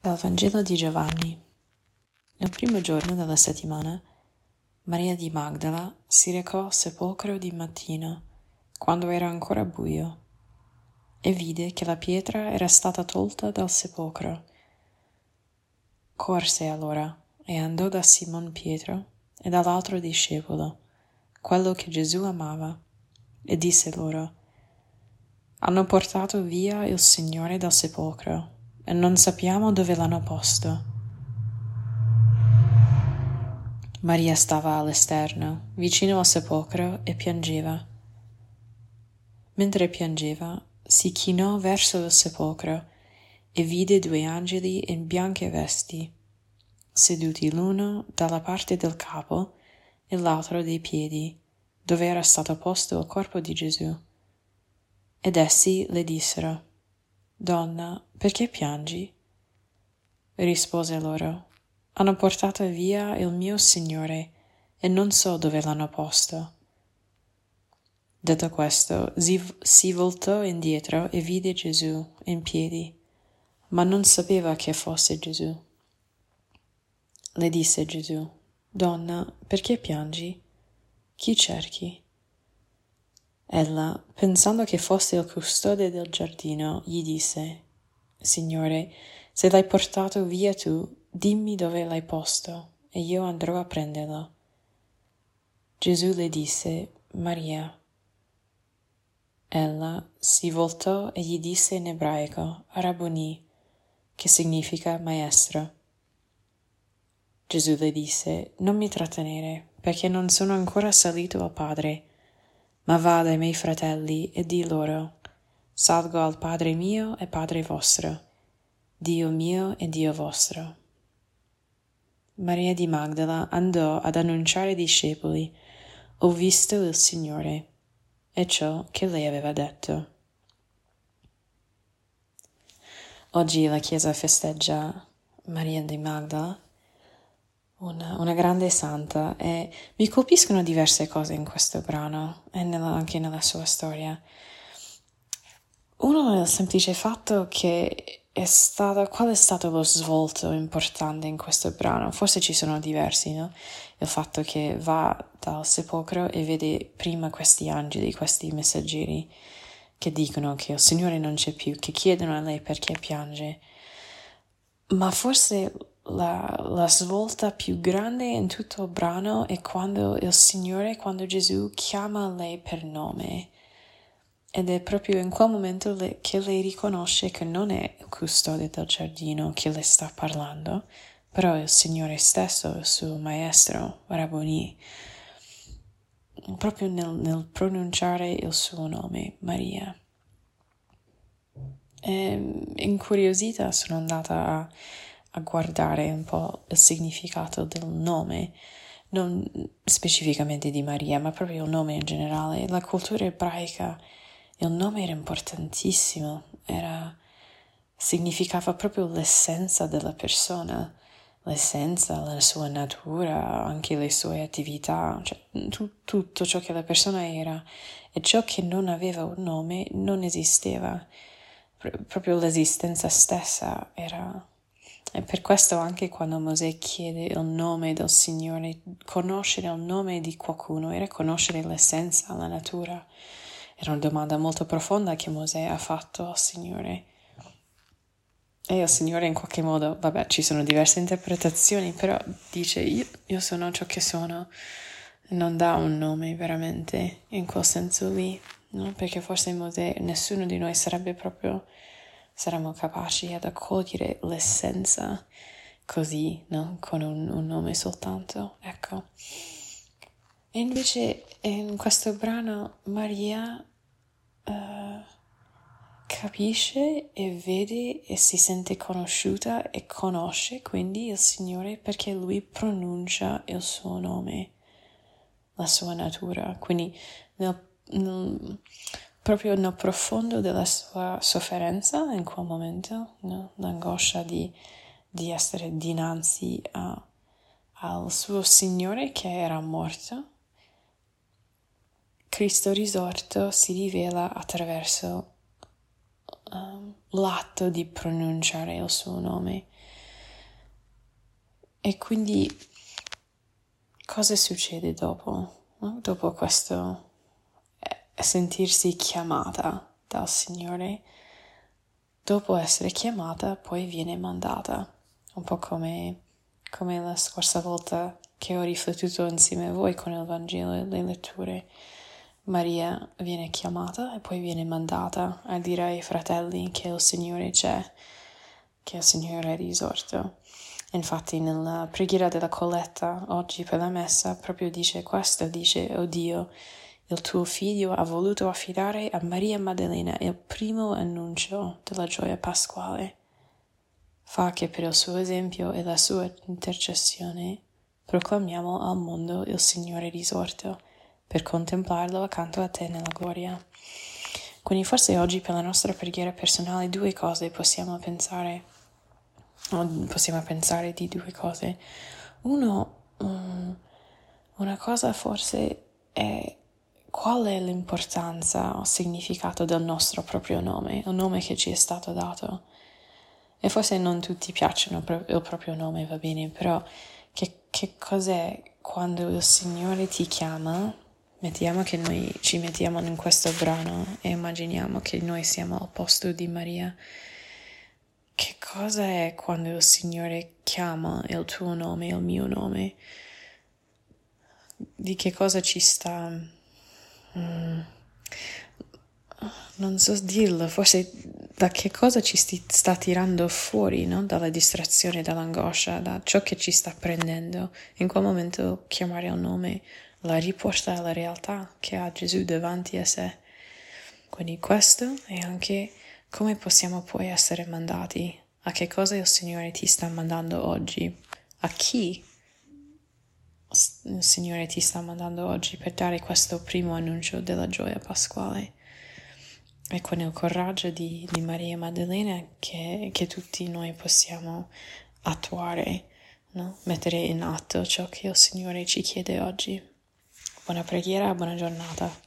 Dal Vangelo di Giovanni. Nel primo giorno della settimana, Maria di Magdala si recò al sepolcro di mattina, quando era ancora buio, e vide che la pietra era stata tolta dal sepolcro. Corse allora e andò da Simon Pietro e dall'altro discepolo, quello che Gesù amava, e disse loro: «Hanno portato via il Signore dal sepolcro e non sappiamo dove l'hanno posto». Maria stava all'esterno, vicino al sepolcro, e piangeva. Mentre piangeva, si chinò verso il sepolcro e vide due angeli in bianche vesti, seduti l'uno dalla parte del capo e l'altro dei piedi, dove era stato posto il corpo di Gesù. Ed essi le dissero: «Donna, perché piangi?» Rispose loro: «Hanno portato via il mio Signore e non so dove l'hanno posto». Detto questo, si voltò indietro e vide Gesù in piedi, ma non sapeva che fosse Gesù. Le disse Gesù: «Donna, perché piangi? Chi cerchi?» Ella, pensando che fosse il custode del giardino, gli disse: «Signore, se l'hai portato via tu, dimmi dove l'hai posto, e io andrò a prenderlo». Gesù le disse: «Maria». Ella si voltò e gli disse in ebraico: «Rabboni», che significa maestro. Gesù le disse: «Non mi trattenere, perché non sono ancora salito al Padre, ma va dai miei fratelli e di loro: salgo al Padre mio e Padre vostro, Dio mio e Dio vostro». Maria di Magdala andò ad annunciare ai discepoli: «Ho visto il Signore», e ciò che lei aveva detto. Oggi la Chiesa festeggia Maria di Magdala, una grande santa, e mi colpiscono diverse cose in questo brano e anche nella sua storia. Uno è il semplice fatto che qual è stato lo svolto importante in questo brano? Forse ci sono diversi, no? Il fatto che va dal sepolcro e vede prima questi angeli, questi messaggeri, che dicono che il Signore non c'è più, che chiedono a lei perché piange. Ma forse la svolta più grande in tutto il brano è quando Gesù chiama lei per nome. Ed è proprio in quel momento che lei riconosce che non è il custode del giardino che le sta parlando, però è il Signore stesso, il suo maestro, Rabboni, proprio nel pronunciare il suo nome, Maria. E incuriosita sono andata a guardare un po' il significato del nome, non specificamente di Maria, ma proprio il nome in generale. La cultura ebraica, il nome era importantissimo, significava proprio l'essenza della persona, l'essenza, la sua natura, anche le sue attività, cioè tutto ciò che la persona era, e ciò che non aveva un nome non esisteva. Proprio l'esistenza stessa era. E per questo anche quando Mosè chiede il nome del Signore, conoscere il nome di qualcuno era conoscere l'essenza, la natura. Era una domanda molto profonda che Mosè ha fatto al Signore. E il Signore in qualche modo, ci sono diverse interpretazioni, però dice io sono ciò che sono. Non dà un nome veramente in quel senso lì, no? Perché forse Mosè, nessuno di noi saremmo capaci ad accogliere l'essenza così, no? Con un nome soltanto, ecco. E invece in questo brano Maria capisce e vede e si sente conosciuta e conosce quindi il Signore perché Lui pronuncia il suo nome, la sua natura. Quindi proprio nel profondo della sua sofferenza in quel momento, no? L'angoscia di essere dinanzi al suo Signore che era morto, Cristo risorto si rivela attraverso l'atto di pronunciare il suo nome. E quindi cosa succede dopo? No? Dopo questo sentirsi chiamata dal Signore, dopo essere chiamata poi viene mandata, un po' come la scorsa volta che ho riflettuto insieme a voi con il Vangelo e le letture. Maria viene chiamata e poi viene mandata a dire ai fratelli che il Signore c'è, che il Signore è risorto. Infatti nella preghiera della colletta oggi per la messa proprio dice questo, dice: "O Dio, il tuo figlio ha voluto affidare a Maria Maddalena il primo annuncio della gioia pasquale. Fa che per il suo esempio e la sua intercessione proclamiamo al mondo il Signore risorto, per contemplarlo accanto a te nella gloria." Quindi forse oggi per la nostra preghiera personale possiamo pensare di due cose. Uno, una cosa forse è: qual è l'importanza o significato del nostro proprio nome, il nome che ci è stato dato? E forse non tutti piacciono il proprio nome, va bene, però che cos'è quando il Signore ti chiama? Mettiamo che noi ci mettiamo in questo brano e immaginiamo che noi siamo al posto di Maria. Che cosa è quando il Signore chiama il tuo nome, il mio nome? Di che cosa ci sta? Non so dirlo, forse da che cosa ci sta tirando fuori, no? Dalla distrazione, dall'angoscia, da ciò che ci sta prendendo. In quel momento chiamare il nome la riporta alla realtà che ha Gesù davanti a sé. Quindi questo è anche come possiamo poi essere mandati, a che cosa il Signore ti sta mandando oggi, a chi il Signore ti sta mandando oggi per dare questo primo annuncio della gioia pasquale. E con il coraggio di Maria Maddalena che tutti noi possiamo attuare, no? Mettere in atto ciò che il Signore ci chiede oggi. Buona preghiera, buona giornata.